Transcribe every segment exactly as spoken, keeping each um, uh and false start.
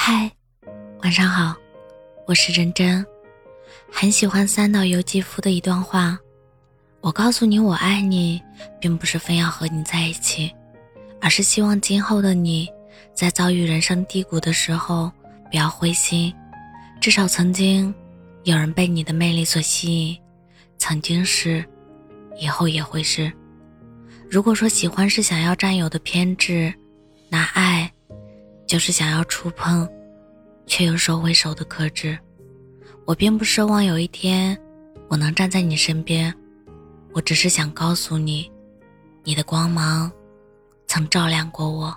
嗨，晚上好，我是真真。很喜欢三岛由纪夫的一段话，我告诉你我爱你，并不是非要和你在一起，而是希望今后的你在遭遇人生低谷的时候不要灰心，至少曾经有人被你的魅力所吸引，曾经是，以后也会是。如果说喜欢是想要占有的偏执，那爱就是想要触碰却又收回手的克制。我并不奢望有一天我能站在你身边，我只是想告诉你，你的光芒曾照亮过我。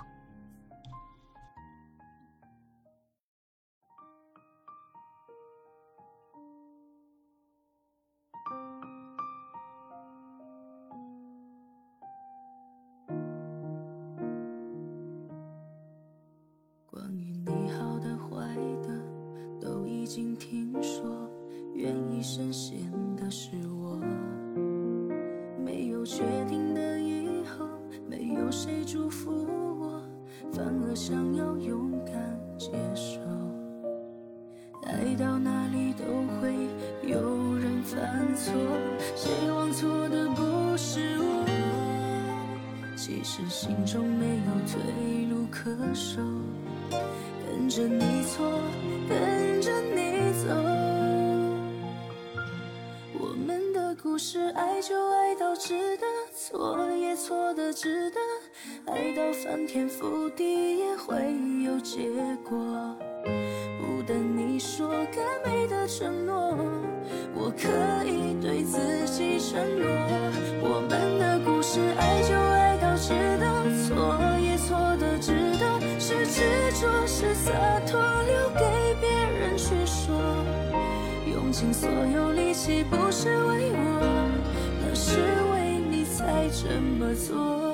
关于你好的坏的都已经听说，愿意深陷的是我，没有确定的以后，没有谁祝福我，反而想要勇敢接受。爱到哪里都会有人犯错，谁忘错的不是我，其实心中没有退路可守，跟着你错，跟着你走。我们的故事，爱就爱到值得，错也错的值得，爱到翻天覆地也会有结果。不等你说更美的承诺，我可以对自己承诺。我们的故事，爱就爱到值得，错也错的值得，是执着是洒脱，留给别人去说。用尽所有力气不是为我，那是为你才这么做。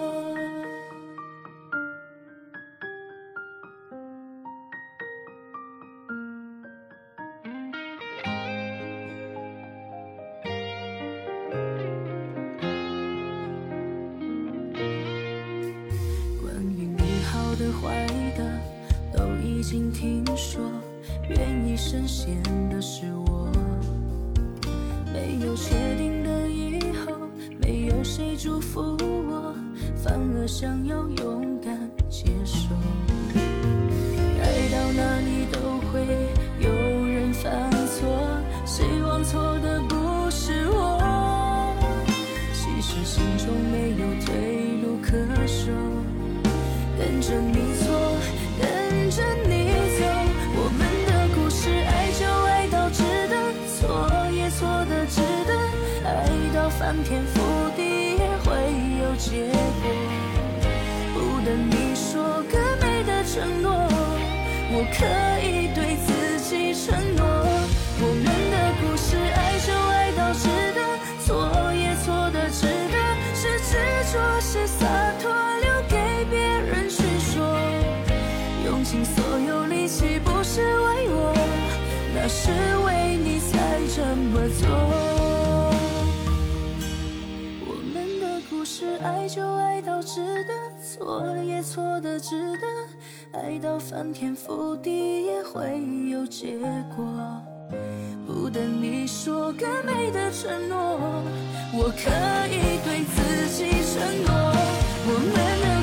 的坏的都已经听说，愿意深陷的是我，没有确定的以后，没有谁祝福我，反而想要勇敢接受。爱到哪里都会有人犯错，谁忘错的不是我，其实心中没有退路可守，跟着你错，跟着你走。我们的故事，爱就爱到值得，错也错的值得，爱到翻天覆地也会有结果。不等你说更美的承诺，我可以对自己承诺。我们的故事，爱就爱到值得，错也错的值得，是执着是洒脱，留给别人去说。用尽所有力气不是为我，那是为你才这么做。我们的故事，爱就爱到值得，错也错的值得，爱到翻天覆地也会有结果。不等你说更美的承诺，我可以对自己承诺。我们的